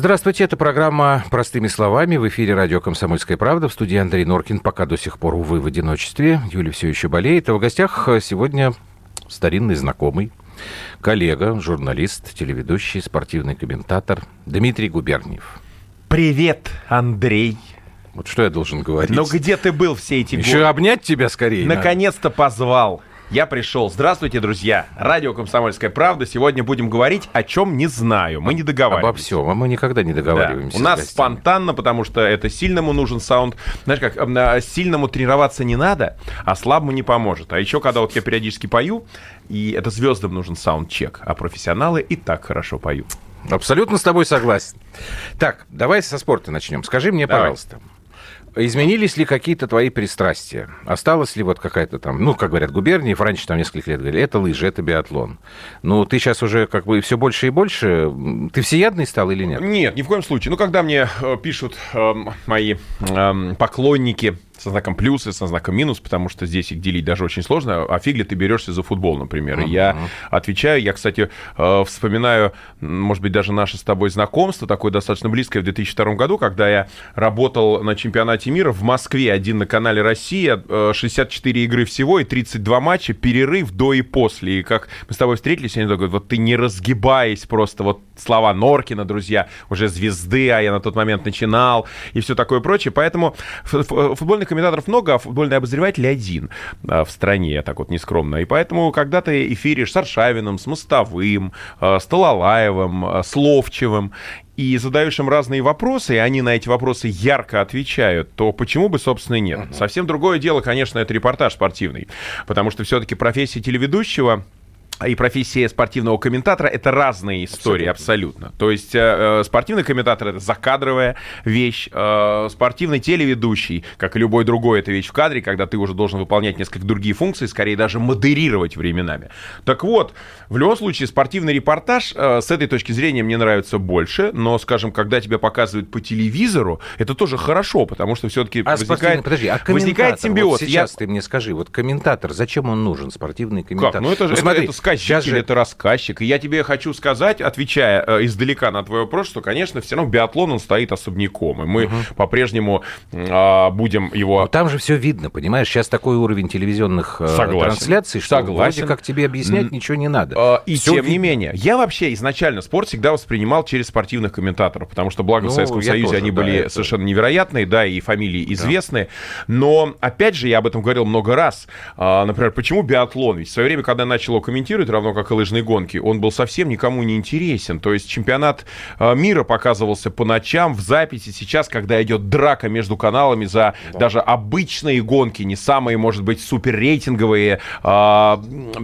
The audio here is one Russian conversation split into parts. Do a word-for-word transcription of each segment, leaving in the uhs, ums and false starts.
Здравствуйте, это программа «Простыми словами». В эфире радио «Комсомольская правда». В студии Андрей Норкин, пока до сих пор, увы, в одиночестве. Юля все еще болеет. А в гостях сегодня старинный знакомый, коллега, журналист, телеведущий, спортивный комментатор Дмитрий Губерниев. Привет, Андрей. Вот что я должен говорить? Ну где ты был все эти годы? Еще обнять тебя скорее. Наконец-то позвал. Я пришел. Здравствуйте, друзья. Радио «Комсомольская правда». Сегодня будем говорить о чем не знаю. Мы не договариваемся. Обо всем. А мы никогда не договариваемся. Да. У нас спонтанно, потому что это сильному нужен саунд. Знаешь как, сильному тренироваться не надо, а слабому не поможет. А еще, когда вот я периодически пою, и это звездам нужен саундчек, а профессионалы и так хорошо поют. Абсолютно с тобой согласен. Так, давай со спорта начнем. Скажи мне, Давай. пожалуйста, изменились ли какие-то твои пристрастия? Осталась ли вот какая-то там, ну, как говорят, Губерниев, раньше там несколько лет говорили, это лыжи, это биатлон. Ну, ты сейчас уже как бы все больше и больше. Ты всеядный стал или нет? Нет, ни в коем случае. Ну, когда мне э, пишут э, мои э, поклонники со знаком плюс и со знаком минус, потому что здесь их делить даже очень сложно, а фиг ли ты берешься за футбол, например. Uh-huh. И я отвечаю, я, кстати, э, вспоминаю, может быть, даже наше с тобой знакомство, такое достаточно близкое, в две тысячи втором году, когда я работал на чемпионате мира в Москве, один на канале «Россия», э, шестьдесят четыре игры всего и тридцать два матча, перерыв до и после. И как мы с тобой встретились, они говорят, вот ты не разгибаясь просто, вот слова Норкина, друзья, уже звезды, а я на тот момент начинал, и все такое прочее. Поэтому футбольных комментаторов много, а футбольный обозреватель один в стране, я так вот нескромно. И поэтому, когда ты эфиришь с Аршавиным, с Мостовым, с Талалаевым, с Ловчевым, и задаешь им разные вопросы, и они на эти вопросы ярко отвечают, то почему бы, собственно, и нет? Uh-huh. Совсем другое дело, конечно, это репортаж спортивный, потому что все-таки профессия телеведущего и профессия спортивного комментатора — это разные истории абсолютно. абсолютно. То есть э, спортивный комментатор — это закадровая вещь, э, спортивный телеведущий, как и любой другой, это вещь в кадре, когда ты уже должен выполнять несколько другие функции, скорее даже модерировать временами. Так вот, в любом случае, спортивный репортаж э, с этой точки зрения мне нравится больше, но, скажем, когда тебя показывают по телевизору, это тоже хорошо, потому что все-таки а возникает, подожди, а возникает симбиоз. Вот сейчас Я... ты мне скажи, вот комментатор, зачем он нужен, спортивный комментатор? Как? Ну это же ну, смотри, это, это сказчик же... это рассказчик. И я тебе хочу сказать, отвечая э, издалека на твой вопрос, что, конечно, все равно биатлон, он стоит особняком. И мы угу. по-прежнему э, будем его... Но там же все видно, понимаешь? Сейчас такой уровень телевизионных э, трансляций, что Согласен. вроде как тебе объяснять ничего не надо. Э, и всё тем видно. не менее, я вообще изначально спорт всегда воспринимал через спортивных комментаторов, потому что, благо, ну, в Советском Союзе тоже, они да, были это... совершенно невероятные, да, и фамилии известные. Да. Но, опять же, я об этом говорил много раз. Э, например, почему биатлон? Ведь в свое время, когда я начал его комментировать, равно как и лыжные гонки, он был совсем никому не интересен. То есть чемпионат э, мира показывался по ночам в записи. Сейчас, когда идет драка между каналами за да. даже обычные гонки, не самые, может быть, суперрейтинговые, э,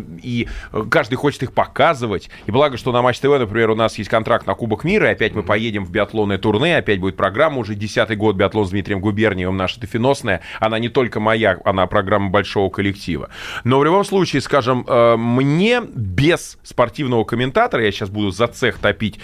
и каждый хочет их показывать. И благо, что на Матч ТВ, например, у нас есть контракт на Кубок мира, и опять мы поедем в биатлонное турне, опять будет программа, уже десятый год биатлон с Дмитрием Губерниевым, наша Тафиносная. Она не только моя, она программа большого коллектива. Но в любом случае, скажем, э, мне без спортивного комментатора, я сейчас буду за цех топить,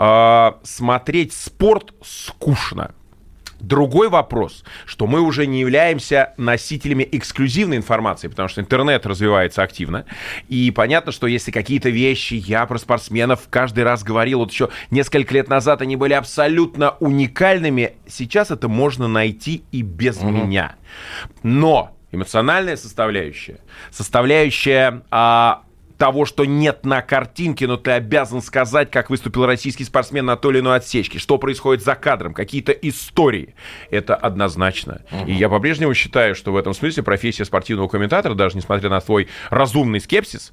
э, смотреть спорт скучно. Другой вопрос, что мы уже не являемся носителями эксклюзивной информации, потому что интернет развивается активно, и понятно, что если какие-то вещи, я про спортсменов каждый раз говорил, вот еще несколько лет назад они были абсолютно уникальными, сейчас это можно найти и без mm-hmm. меня. Но эмоциональная составляющая, составляющая... А, того, что нет на картинке, но ты обязан сказать, как выступил российский спортсмен на той или иной отсечке, что происходит за кадром, какие-то истории. Это однозначно. Uh-huh. И я по-прежнему считаю, что в этом смысле профессия спортивного комментатора, даже несмотря на твой разумный скепсис,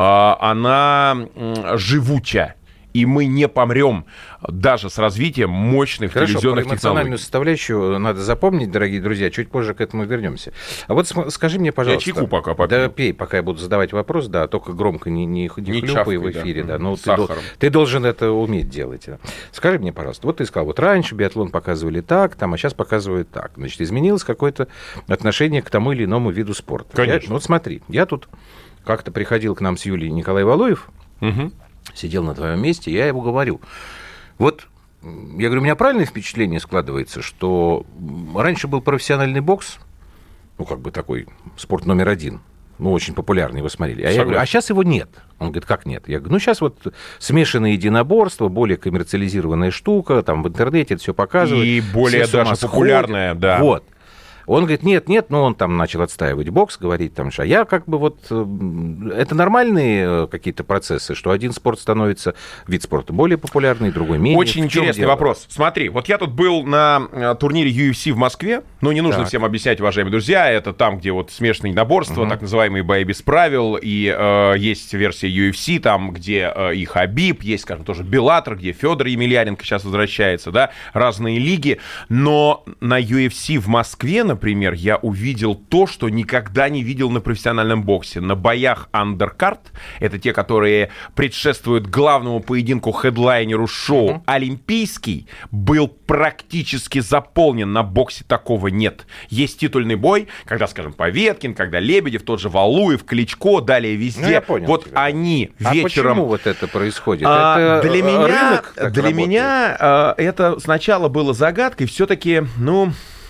она живуча. И мы не помрем даже с развитием мощных Хорошо, телевизионных про технологий. Эмоциональную составляющую надо запомнить, дорогие друзья. Чуть позже к этому вернемся. А вот скажи мне, пожалуйста... Я чайку пока попью. Да, пей, пока я буду задавать вопрос, да, только громко не, не, не, не хлюпай в эфире. Да. Да. Ну, ты, дол- ты должен это уметь делать. Скажи мне, пожалуйста, вот ты сказал, вот раньше биатлон показывали так, там, а сейчас показывают так. Значит, изменилось какое-то отношение к тому или иному виду спорта. Конечно. Я, ну, вот смотри, я тут как-то приходил к нам с Юлией Николай Валуев, угу. сидел на твоем месте, я ему говорю, вот, я говорю, у меня правильное впечатление складывается, что раньше был профессиональный бокс, ну, как бы такой спорт номер один ну, очень популярный, его смотрели. А я говорю, а сейчас его нет. Он говорит, как нет? Я говорю, ну, сейчас вот смешанное единоборство, более коммерциализированная штука, там в интернете это все показывает. И более даже популярная, да. Вот. Он говорит, нет, нет, ну, он там начал отстаивать бокс, говорить там, что я как бы вот... Это нормальные какие-то процессы, что один спорт становится, вид спорта более популярный, другой менее. Очень интересный вопрос. Смотри, вот я тут был на турнире ю эф си в Москве, ну, не нужно так. всем объяснять, уважаемые друзья, это там, где вот смешанные единоборства, угу. так называемые бои без правил, и э, есть версия ю эф си, там, где э, и Хабиб, есть, скажем, тоже Беллатор, где Федор Емельяненко сейчас возвращается, да, разные лиги, но на ю эф си в Москве, например, я увидел то, что никогда не видел на профессиональном боксе. На боях андеркарт, это те, которые предшествуют главному поединку, хедлайнеру шоу, mm-hmm. олимпийский, был практически заполнен. На боксе такого нет. Есть титульный бой, когда, скажем, Поветкин, когда Лебедев, тот же Валуев, Кличко, далее везде. Ну, я понял вот тебя. Они а вечером... А почему вот это происходит? А, это для меня, рынок для работает? меня а, это сначала было загадкой. Все-таки, ну...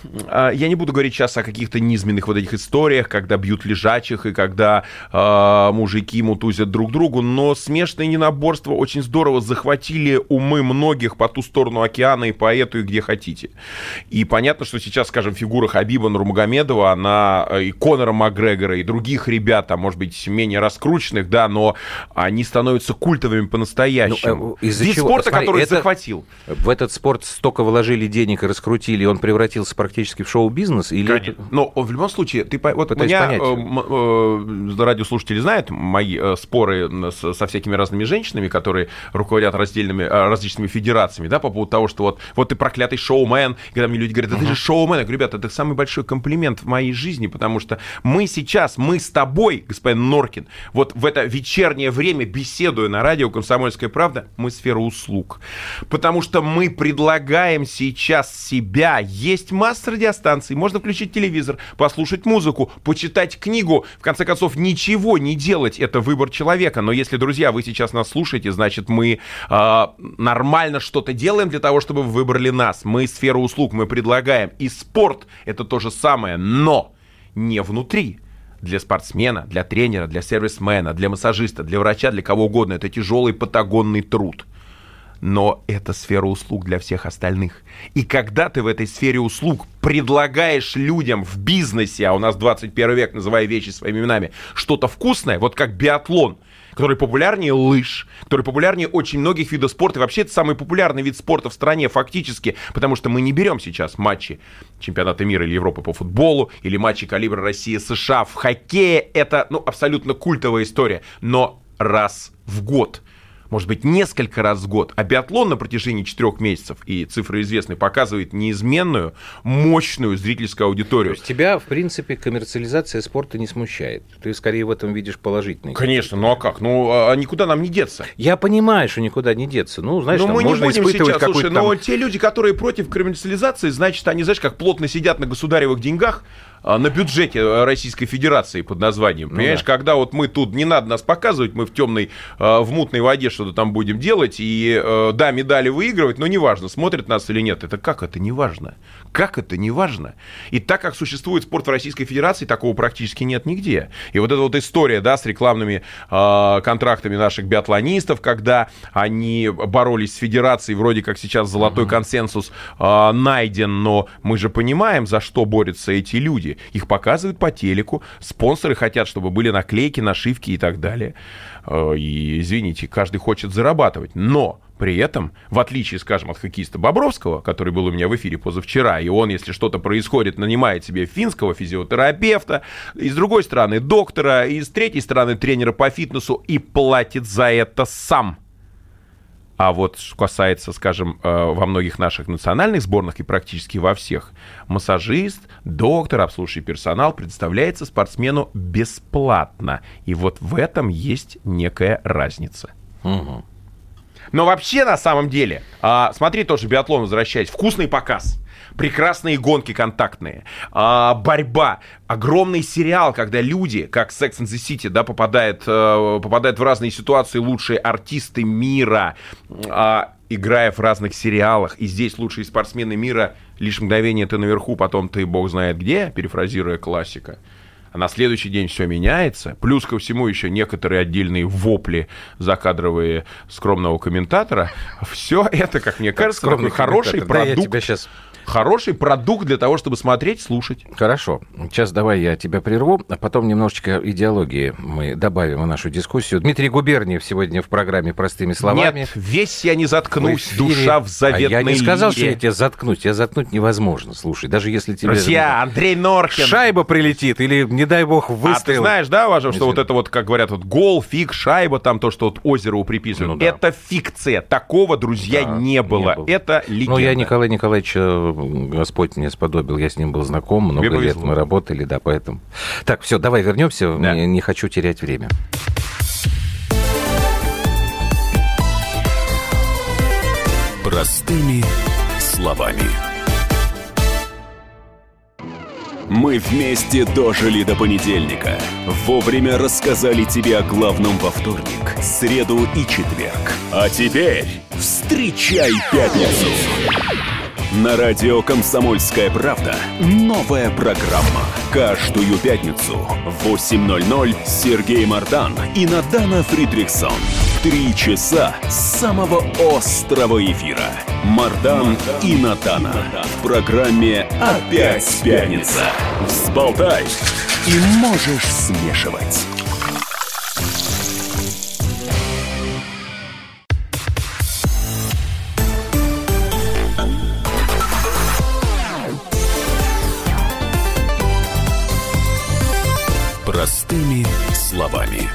Я не буду говорить сейчас о каких-то низменных вот этих историях, когда бьют лежачих и когда э, мужики мутузят друг другу, но смешанные единоборства очень здорово захватили умы многих по ту сторону океана и по эту, и где хотите. И понятно, что сейчас, скажем, фигура Хабиба Нурмагомедова, она и Конора Макгрегора, и других ребят, а может быть, менее раскрученных, да, но они становятся культовыми по-настоящему. Ну, из-за вид чего? спорта, Смотри, который это... захватил. В этот спорт столько вложили денег и раскрутили, и он превратился практически в шоу-бизнес? Или это... Но в любом случае, ты, вот у меня э, э, радиослушатели знают мои э, споры с, со всякими разными женщинами, которые руководят раздельными, э, различными федерациями, да, по поводу того, что вот, вот ты проклятый шоумен, и когда мне люди говорят, да uh-huh. ты же шоумен, я говорю, ребята, это самый большой комплимент в моей жизни, потому что мы сейчас, мы с тобой, господин Норкин, вот в это вечернее время, беседуя на радио «Комсомольская правда», мы сфера услуг, потому что мы предлагаем сейчас себя, есть масса радиостанций, можно включить телевизор, послушать музыку, почитать книгу, в конце концов, ничего не делать, это выбор человека, но если, друзья, вы сейчас нас слушаете, значит, мы э, нормально что-то делаем для того, чтобы вы выбрали нас, мы сфера услуг, мы предлагаем, и спорт это то же самое, но не внутри. Для спортсмена, для тренера, для сервисмена, для массажиста, для врача, для кого угодно, это тяжелый патагонный труд. Но это сфера услуг для всех остальных. И когда ты в этой сфере услуг предлагаешь людям в бизнесе, а у нас двадцать первый век, называя вещи своими именами, что-то вкусное, вот как биатлон, который популярнее лыж, который популярнее очень многих видов спорта. И вообще это самый популярный вид спорта в стране фактически, потому что мы не берем сейчас матчи чемпионата мира или Европы по футболу, или матчи калибра Россия-США в хоккее. Это, ну, абсолютно культовая история, но раз в год. Может быть, несколько раз в год. А биатлон на протяжении четырех месяцев, и цифры известны, показывает неизменную, мощную зрительскую аудиторию. То есть тебя, в принципе, коммерциализация спорта не смущает? Ты скорее в этом видишь положительный. Конечно, ну а как? Ну, а никуда нам не деться. Я понимаю, что никуда не деться. Ну, знаешь, но там мы можно не будем испытывать сейчас, слушай, там... но те люди, которые против коммерциализации, значит, они, знаешь, как плотно сидят на государевых деньгах, на бюджете Российской Федерации под названием. Ну, понимаешь, да. Когда вот мы тут, не надо нас показывать, мы в темной, в мутной воде что-то там будем делать, и да, медали выигрывать, но неважно, смотрят нас или нет. Это как это неважно? Как это неважно? И так как существует спорт в Российской Федерации, такого практически нет нигде. И вот эта вот история, да, с рекламными э, контрактами наших биатлонистов, когда они боролись с Федерацией, вроде как сейчас золотой uh-huh. консенсус э, найден, но мы же понимаем, за что борются эти люди. Их показывают по телеку, спонсоры хотят, чтобы были наклейки, нашивки и так далее. И, извините, каждый хочет зарабатывать. Но при этом, в отличие, скажем, от хоккеиста Бобровского, который был у меня в эфире позавчера, и он, если что-то происходит, нанимает себе финского физиотерапевта, и с другой стороны доктора, и с третьей стороны тренера по фитнесу, и платит за это сам. А вот что касается, скажем, во многих наших национальных сборных и практически во всех, массажист, доктор, обслуживающий персонал предоставляется спортсмену бесплатно. И вот в этом есть некая разница. Угу. Но вообще, на самом деле, смотри, тоже биатлон, возвращаясь, вкусный показ. Прекрасные гонки контактные, а, борьба, огромный сериал, когда люди, как Sex and the City, да, попадают, а, попадают в разные ситуации лучшие артисты мира, а, играя в разных сериалах. И здесь лучшие спортсмены мира, лишь мгновение ты наверху, потом ты бог знает где, перефразируя классика. а на следующий день все меняется, плюс ко всему еще некоторые отдельные вопли закадровые скромного комментатора, все это, как мне кажется, такой хороший продукт. Да, сейчас... Хороший продукт для того, чтобы смотреть, слушать. Хорошо. Сейчас давай я тебя прерву, а потом немножечко идеологии мы добавим в нашу дискуссию. Дмитрий Губерниев сегодня в программе «Простыми словами». Нет, весь я не заткнусь, в душа в заветной а я не сказал, лиге. что я тебя заткну. Тебя заткнуть невозможно, слушай. Даже если тебе... Друзья, Андрей Норкин. Шайба прилетит или, не дай бог, выстрел. А ты знаешь, да, уважаемый, что вот это вот, как говорят, вот гол, фиг, шайба, там то, что вот Озерову приписывают. Ну, да. Это фикция. Такого, друзья, да, не, было. не было. Это легенда. Ну, я Николай Николаевич, Господь мне сподобил, я с ним был знаком, много Тебе лет повезло. Мы работали, да, поэтому... Так, все, давай вернемся, да. не, не хочу терять время. Простыми словами. Мы вместе дожили до понедельника. Вовремя рассказали тебе о главном во вторник, среду и четверг. А теперь встречай пятницу. На радио «Комсомольская правда» новая программа. Каждую пятницу в восемь ноль ноль Сергей Мардан и Надана Фридрихсон. Три часа самого острого эфира. Мардан и Надана. В программе «Опять пятница». Взболтай и можешь смешивать. Простыми словами.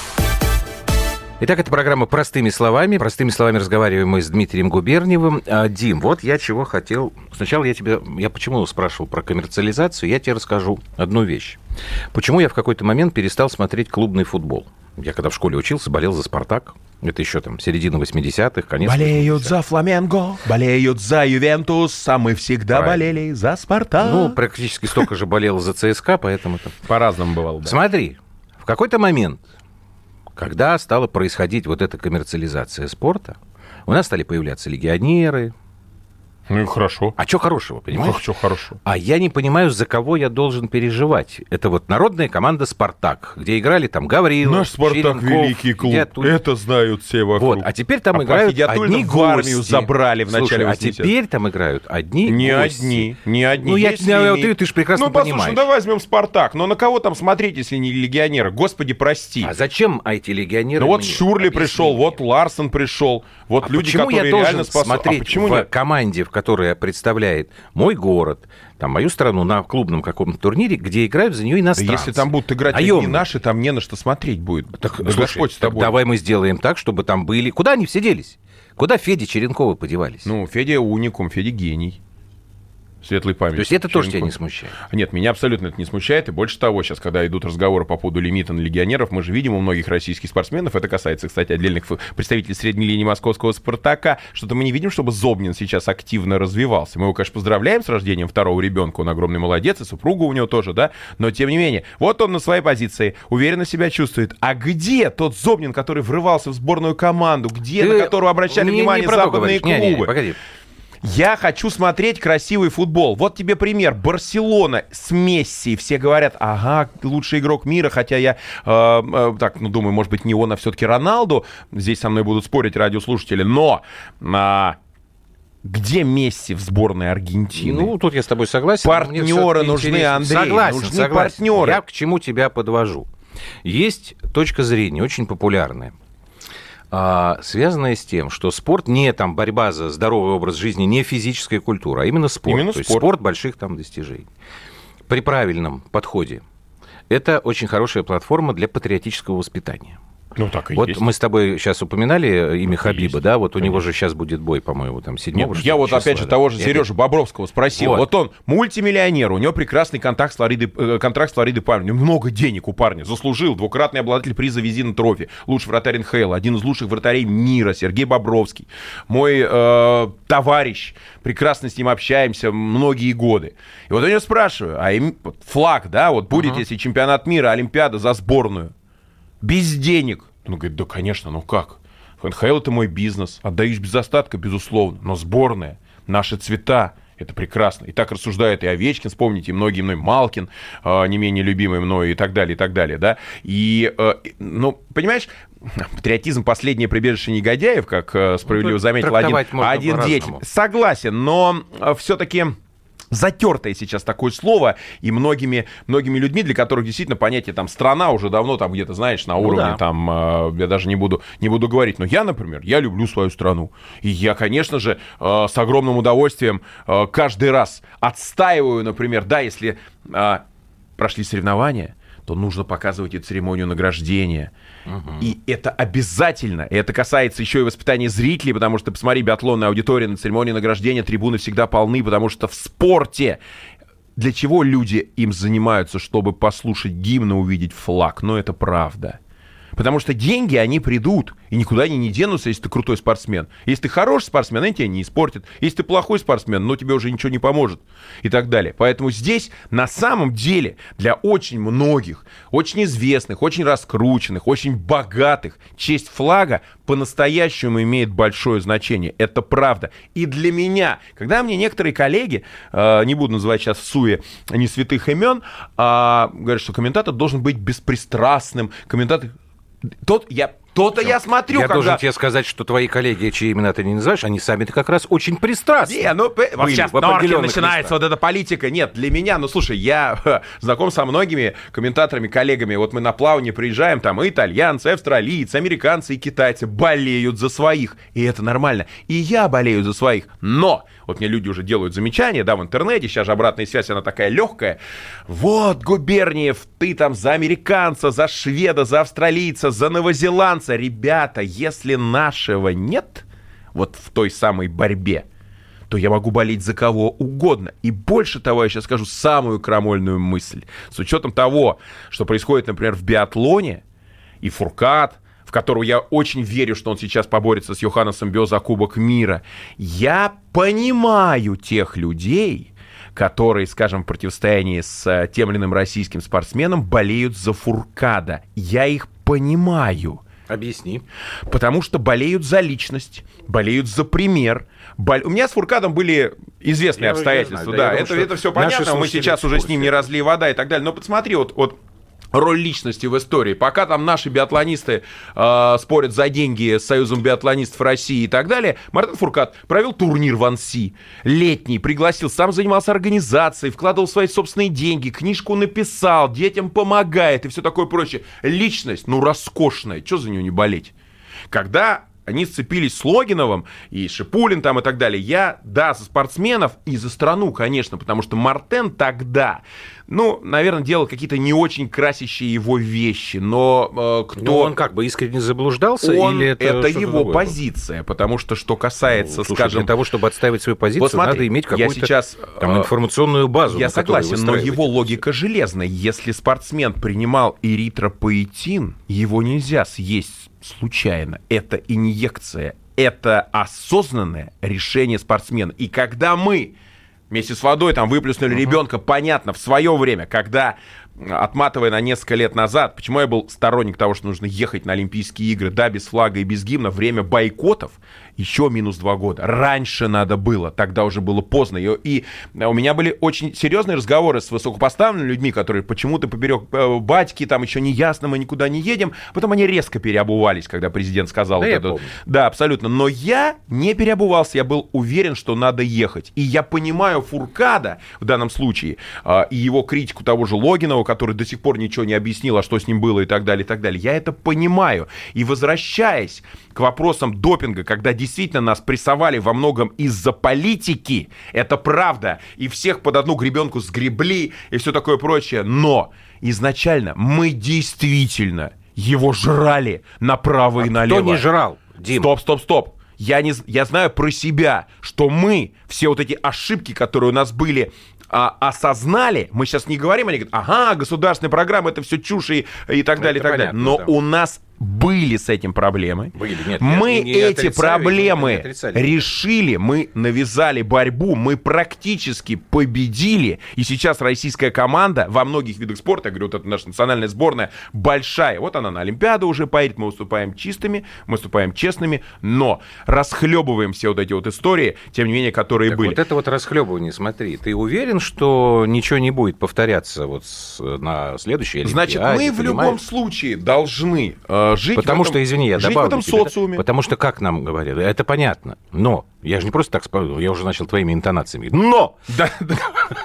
Итак, это программа «Простыми словами». Простыми словами разговариваем мы с Дмитрием Губерниевым. А, Дим, вот я чего хотел... Сначала я тебя... Я почему спрашивал про коммерциализацию? Я тебе расскажу одну вещь. Почему я в какой-то момент перестал смотреть клубный футбол? Я когда в школе учился, болел за «Спартак». Это еще там середина восьмидесятых, конец болеют восьмидесятых. За «Фламенго», болеют за «Ювентус», а мы всегда Правильно. болели за «Спартак». Ну, практически столько же болел за ЦСКА, поэтому... это по-разному бывало. Да. Смотри, в какой-то момент, когда стала происходить вот эта коммерциализация спорта, у нас стали появляться легионеры. Ну и хорошо. А что хорошего, понимаешь? Ну, что хорошего. А я не понимаю, за кого я должен переживать. Это вот народная команда «Спартак», где играли там Гаврилов, наш «Спартак» Черенков, великий клуб. Тут... Это знают все вокруг. Вот, а теперь там а играют одни в армию гости. Забрали в Слушай, начале восьмидесятых. А теперь там играют одни не гости. одни, не одни. Ну, я, я, ты, ты же прекрасно ну, понимаешь. Ну, послушай, давай возьмем «Спартак». Но на кого там смотреть, если не легионеры? Господи, прости. А зачем эти легионеры? Ну, вот Шурли пришел, вот Ларсон пришел, вот а люди, которые реально спасают. Смотреть а почему в нет? команде, в которой представляет мой город, там, мою страну на клубном каком-то турнире, где играют за нее иностранцы. Да если там будут играть одни наши, там не на что смотреть будет. Так, да, слушай, с тобой. Давай мы сделаем так, чтобы там были... Куда они все делись? Куда Федя Черенкова подевались? Ну, Федя уникум, Федя гений. Светлой памяти. То есть это тоже тебя не смущает? Нет, меня абсолютно это не смущает. И больше того, сейчас, когда идут разговоры по поводу лимита на легионеров, мы же видим у многих российских спортсменов, это касается, кстати, отдельных представителей средней линии московского «Спартака», что-то мы не видим, чтобы Зобнин сейчас активно развивался. Мы его, конечно, поздравляем с рождением второго ребенка, он огромный молодец, и супруга у него тоже, да, но тем не менее, вот он на своей позиции, уверенно себя чувствует. А где тот Зобнин, который врывался в сборную команду, где, Ты на которого обращали не, внимание не западные клубы? Не, не, не, погоди. Я хочу смотреть красивый футбол. Вот тебе пример. Барселона с Месси. Все говорят, ага, лучший игрок мира. Хотя я, э, э, так, ну, думаю, может быть, не он, а все-таки Роналду. Здесь со мной будут спорить радиослушатели. Но... Э, где Месси в сборной Аргентины? Ну, тут я с тобой согласен. Партнеры нужны, Андрей. Согласен, нужны согласен. партнеры. Я к чему тебя подвожу. Есть точка зрения, очень популярная, связанная с тем, что спорт не там борьба за здоровый образ жизни, не физическая культура, а именно спорт. Именно То спорт. есть спорт больших там достижений. При правильном подходе это очень хорошая платформа для патриотического воспитания. Ну, так и вот есть. Мы с тобой сейчас упоминали имя так Хабиба, да? Вот Конечно. У него же сейчас будет бой, по-моему, там седьмого. Нет, я вот числа, опять же да? того же Сережу Бобровского спросил. Вот. вот он мультимиллионер, у него прекрасный контракт с Флоридой, контракт с Флоридой Пальмой. У него много денег у парня. Заслужил. Двукратный обладатель приза Визина Трофи. Лучший вратарь эн ха эл. Один из лучших вратарей мира. Сергей Бобровский. Мой э, товарищ. Прекрасно с ним общаемся многие годы. И вот я него спрашиваю, а им, флаг, да, вот будет, uh-huh. если чемпионат мира, Олимпиада за сборную. Без денег. Он говорит, да, конечно, ну как? эн ха эл это мой бизнес, отдаюсь без остатка, безусловно, но сборная, наши цвета, Это прекрасно. И так рассуждает и Овечкин, вспомните, и многие мной, Малкин, э, не менее любимый мной, и так далее, и так далее, да. И, э, ну, понимаешь, патриотизм — последнее прибежище негодяев, как э, справедливо ну, заметил один, один деятель. Согласен, но э, все-таки... затертое сейчас такое слово, и многими, многими людьми, для которых действительно понятие там страна уже давно там где-то, знаешь, на уровне, ну, да. там, э, я даже не буду, не буду говорить, но я, например, я люблю свою страну. И я, конечно же, э, с огромным удовольствием э, каждый раз отстаиваю, например, да, если э, прошли соревнования, то нужно показывать и церемонию награждения. Угу. И это обязательно. И это касается еще и воспитания зрителей, потому что, посмотри, биатлонная аудитория на церемонии награждения, трибуны всегда полны, потому что в спорте для чего люди им занимаются, чтобы послушать гимн и увидеть флаг? Но это правда. Потому что деньги, они придут, и никуда они не денутся, если ты крутой спортсмен. Если ты хороший спортсмен, они тебя не испортят. Если ты плохой спортсмен, ну, тебе уже ничего не поможет. И так далее. Поэтому здесь, на самом деле, для очень многих, очень известных, очень раскрученных, очень богатых, честь флага по-настоящему имеет большое значение. Это правда. И для меня, когда мне некоторые коллеги, э, не буду называть сейчас в суе не святых имен, э, говорят, что комментатор должен быть беспристрастным, комментатор... Тот, я, то-то я смотрю, я когда... должен тебе сказать, что твои коллеги, чьи имена ты не называешь, они сами-то как раз очень пристрастны. Не, ну, были, вот сейчас Норкин начинается, местах. Вот эта политика. Нет, для меня, ну, слушай, я ха, знаком со многими комментаторами, коллегами. Вот мы на плавание приезжаем, там и итальянцы, и австралийцы, американцы и китайцы болеют за своих. И это нормально. И я болею за своих. Но, вот мне люди уже делают замечания, да, в интернете, сейчас же обратная связь, она такая легкая. Вот, Губерниев, ты там за американца, за шведа, за австралийца, за новозеландца. Ребята, если нашего нет, вот в той самой борьбе, то я могу болеть за кого угодно. И больше того, я сейчас скажу самую крамольную мысль. С учетом того, что происходит, например, в биатлоне, и Фуркат, в которого я очень верю, что он сейчас поборется с Йоханнесом Бё за Кубок мира, я понимаю тех людей, которые, скажем, в противостоянии с тем или иным российским спортсменом болеют за Фуркада. Я их понимаю. Объясни. Потому что болеют за личность, болеют за пример. Бол... У меня с Фуркадом были известные я обстоятельства. Знаю, да, да. Это, это все понятно. Мы сейчас уже с ним не разлей вода и так далее. Но посмотри, вот, вот роль личности в истории. Пока там наши биатлонисты э, спорят за деньги с Союзом биатлонистов России и так далее, Мартен Фуркат провел турнир в Анси. Летний, пригласил, сам занимался организацией, вкладывал свои собственные деньги, книжку написал, детям помогает и все такое прочее. Личность, ну, роскошная. Чего за нее не болеть? Когда они сцепились с Логиновым и Шипулин там и так далее, я, да, за спортсменов и за страну, конечно, потому что Мартен тогда, ну, наверное, делал какие-то не очень красящие его вещи, но э, кто... Но он как бы искренне заблуждался? Он, или это это его другое? Позиция, потому что, что касается, ну, слушай, скажем... для того, чтобы отстаивать свою позицию, вот смотри, надо иметь какую-то сейчас, там, информационную базу. Я согласен, но его логика железная. Если спортсмен принимал эритропоэтин, его нельзя съесть случайно. Это инъекция, это осознанное решение спортсмена. И когда мы вместе с водой там выплеснули uh-huh. ребенка, понятно, в свое время, когда, отматывая на несколько лет назад, почему я был сторонник того, что нужно ехать на Олимпийские игры, да, без флага и без гимна, время бойкотов, еще минус два года. Раньше надо было, тогда уже было поздно. И, и у меня были очень серьезные разговоры с высокопоставленными людьми, которые почему-то поперек батьки, там еще не ясно, мы никуда не едем. Потом они резко переобувались, когда президент сказал да, вот это. Да, абсолютно. Но я не переобувался, я был уверен, что надо ехать. И я понимаю Фуркада в данном случае, и его критику того же Логинова, который до сих пор ничего не объяснил, а что с ним было и так далее, и так далее. Я это понимаю. И возвращаясь к вопросам допинга, когда действительно нас прессовали во многом из-за политики, это правда, и всех под одну гребенку сгребли, и все такое прочее, но изначально мы действительно его жрали направо а и налево. Кто не жрал, Дим? Стоп, стоп, стоп. Я, не, я знаю про себя, что мы все вот эти ошибки, которые у нас были, а, осознали. Мы сейчас не говорим, они говорят, ага, государственная программа, это все чушь и, и так далее, это и так понятно, далее. Но да. у нас были с этим проблемы. Были, нет, мы не, не эти отрицали, проблемы не решили, мы навязали борьбу, мы практически победили. И сейчас российская команда во многих видах спорта, я говорю, вот эта наша национальная сборная, большая. Вот она на Олимпиаду уже поедет, мы выступаем чистыми, мы выступаем честными, но расхлебываем все вот эти вот истории, тем не менее, которые так были. Вот это вот расхлебывание, смотри. Ты уверен, что ничего не будет повторяться вот с, на следующей Олимпиаде? Значит, мы в любом случае должны э, жить потому в этом, что, извини, я жить добавлю в этом тебе, социуме. Да? Потому что, как нам говорят, это понятно, но... Я же не просто так спорю, я уже начал твоими интонациями. Но! Да, да.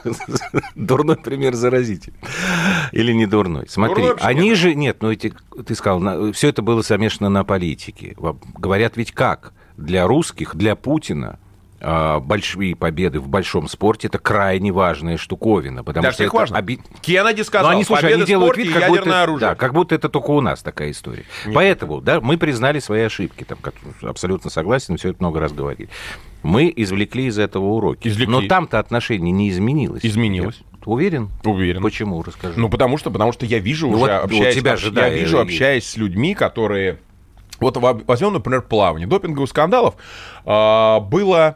Дурной пример заразитель. Или не дурной. Смотри, дурной они же... Нет, ну эти, ты сказал, все это было замешано на политике. Говорят ведь как? Для русских, для Путина большие победы в большом спорте — это крайне важная штуковина. Потому Для что всех важно. Оби... Кеннеди сказал, они, слушай, победа они делают в спорте вид, и как ядерное будто, оружие. Да, как будто это только у нас такая история. Нет. Поэтому да, мы признали свои ошибки. Там, как, абсолютно согласен, все это много раз говорили. Мы извлекли из этого уроки. Извлекли. Но там-то отношение не изменилось. Изменилось. Я уверен? Уверен. Почему? Расскажи. Ну, потому что, потому что я вижу, ну, уже вот, общаясь, вот тебя общ... же, да, я вижу, и... общаясь с людьми, которые... Вот возьмем, например, плавание. Допинговых скандалов э, было...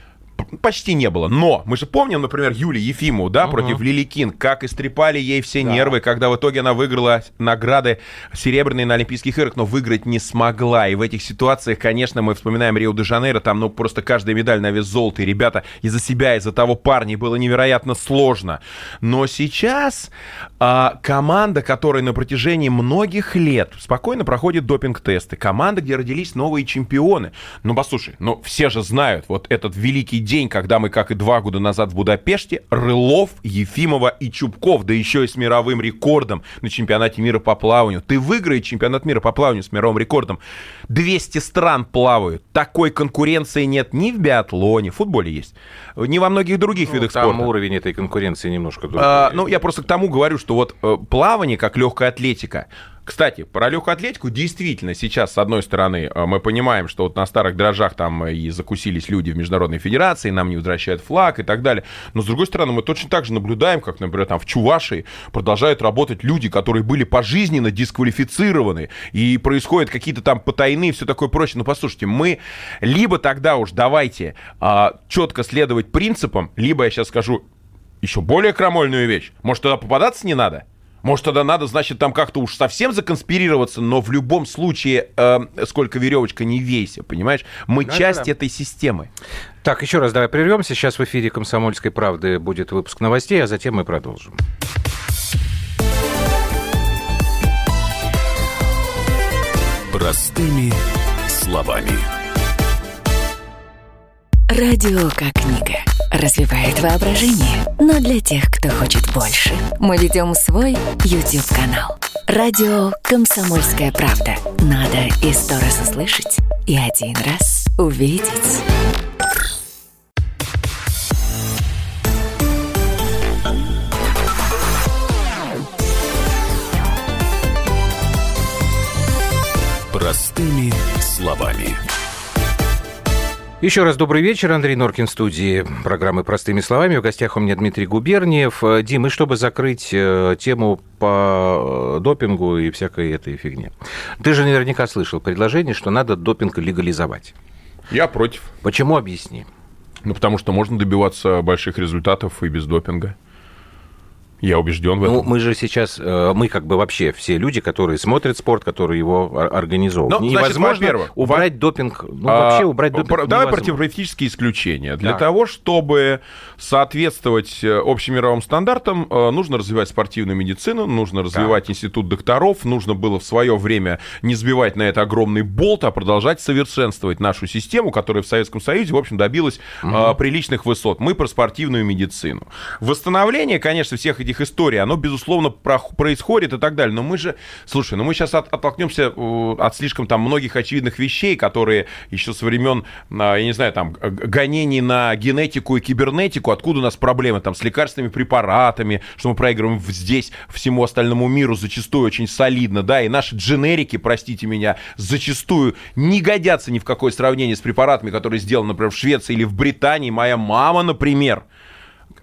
Почти не было. Но мы же помним, например, Юлию Ефимову, да, uh-huh. против Лили Кин, как истрепали ей все да. нервы, когда в итоге она выиграла награды серебряные на Олимпийских играх, но выиграть не смогла. И в этих ситуациях, конечно, мы вспоминаем Рио-де-Жанейро, там, ну, просто каждая медаль на вес золота. И ребята из-за себя, из-за того парня было невероятно сложно. Но сейчас а, команда, которая на протяжении многих лет спокойно проходит допинг-тесты, команда, где родились новые чемпионы. Ну, послушай, ну, все же знают, вот этот великий день, когда мы, как и два года назад в Будапеште, Рылов, Ефимова и Чубков, да еще и с мировым рекордом на чемпионате мира по плаванию. Ты выиграешь чемпионат мира по плаванию с мировым рекордом. двести стран плавают. Такой конкуренции нет ни в биатлоне, в футболе есть, ни во многих других ну, видах там спорта. Уровень этой конкуренции немножко другой. А, ну, я просто к тому говорю, что вот э, плавание, как легкая атлетика. Кстати, про легкую атлетику действительно сейчас, с одной стороны, мы понимаем, что вот на старых дрожжах там и закусились люди в Международной Федерации, нам не возвращают флаг и так далее. Но, с другой стороны, мы точно так же наблюдаем, как, например, там в Чувашии продолжают работать люди, которые были пожизненно дисквалифицированы, и происходят какие-то там потайные, все такое прочее. Ну, послушайте, мы либо тогда уж давайте а, четко следовать принципам, либо, я сейчас скажу еще более крамольную вещь, может, тогда попадаться не надо? Может, тогда надо, значит, там как-то уж совсем законспирироваться, но в любом случае, э, сколько веревочка не вейся, понимаешь? Мы да, часть да. этой системы. Так, еще раз давай прервемся. Сейчас в эфире «Комсомольской правды» будет выпуск новостей, а затем мы продолжим. Простыми словами. Радио как книга. Развивает воображение, но для тех, кто хочет больше. Мы ведем свой YouTube-канал. Радио «Комсомольская правда». Надо и сто раз услышать, и один раз увидеть. Простыми словами. Еще раз добрый вечер. Андрей Норкин в студии программы «Простыми словами». В гостях у меня Дмитрий Губерниев. Дим, и чтобы закрыть тему по допингу и всякой этой фигне. Ты же наверняка слышал предложение, что надо допинг легализовать. Я против. Почему? Объясни. Ну, потому что можно добиваться больших результатов и без допинга. Я убежден в этом. Ну, мы же сейчас, мы как бы вообще все люди, которые смотрят спорт, которые его организовывают. Ну, невозможно значит, во-первых, убрать во... допинг, ну, вообще а, убрать допинг невозможно. Давай про терапевтические исключения. Для да. того, чтобы соответствовать общемировым стандартам, нужно развивать спортивную медицину, нужно развивать да. институт докторов, нужно было в свое время не сбивать на это огромный болт, а продолжать совершенствовать нашу систему, которая в Советском Союзе, в общем, добилась угу. приличных высот. Мы про спортивную медицину. Восстановление, конечно, всех этих историй, оно, безусловно, происходит и так далее. Но мы же, слушай, ну мы сейчас от, оттолкнемся от слишком там многих очевидных вещей, которые еще со времен, я не знаю, там, гонений на генетику и кибернетику, откуда у нас проблемы там с лекарственными препаратами, что мы проигрываем здесь всему остальному миру зачастую очень солидно, да, и наши дженерики, простите меня, зачастую не годятся ни в какое сравнение с препаратами, которые сделаны, например, в Швеции или в Британии. Моя мама, например,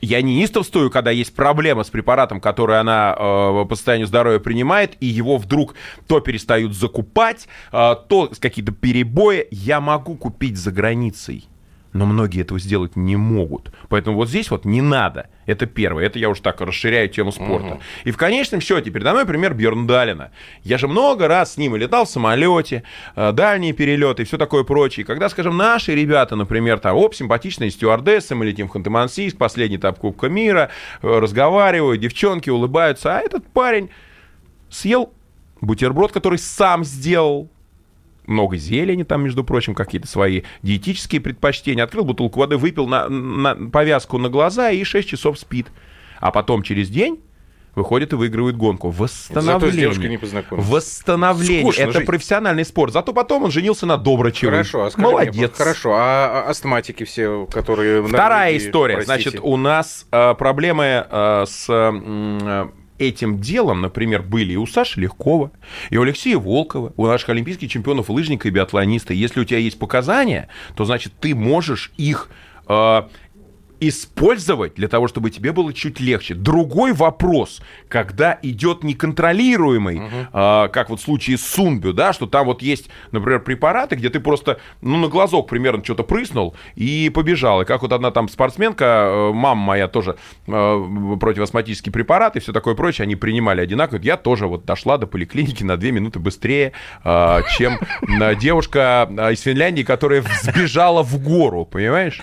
Я не неистовствую, когда есть проблема с препаратом, который она э, по состоянию здоровья принимает, и его вдруг то перестают закупать, э, то какие-то перебои. Я могу купить за границей, но многие этого сделать не могут. Поэтому вот здесь вот не надо. Это первое. Это я уж так расширяю тему спорта. Uh-huh. И в конечном счете, передо мной пример Бьерндалена. Я же много раз с ним летал в самолете, дальние перелеты и все такое прочее. Когда, скажем, наши ребята, например, там, оп, симпатичные стюардессы, мы летим в Ханты-Мансийск, последний этап Кубка мира, разговаривают, девчонки улыбаются, а этот парень съел бутерброд, который сам сделал. Много зелени там, между прочим, какие-то свои диетические предпочтения. Открыл бутылку воды, выпил на, на повязку на глаза и шесть часов спит. А потом через день выходит и выигрывает гонку. Восстановление. Восстановление. Скучно это жить. Профессиональный спорт. Зато потом он женился на Добрачевой. Хорошо, а скажи молодец. Мне, хорошо, а астматики все, которые... Вторая история. Простите. Значит, у нас э, проблемы э, с... Э, этим делом, например, были и у Саши Легкова, и у Алексея Волкова, у наших олимпийских чемпионов лыжника и биатлониста. Если у тебя есть показания, то, значит, ты можешь их э, использовать для того, чтобы тебе было чуть легче. Другой вопрос, когда идет неконтролируемый, uh-huh. э, как вот в случае с Сунбю, да, что там вот есть, например, препараты, где ты просто, ну, на глазок примерно что-то прыснул и побежал. И как вот одна там спортсменка, э, мама моя тоже э, противоастматические препараты и все такое прочее, они принимали одинаково. Я тоже вот дошла до поликлиники на две минуты быстрее, э, чем девушка из Финляндии, которая сбежала в гору, понимаешь?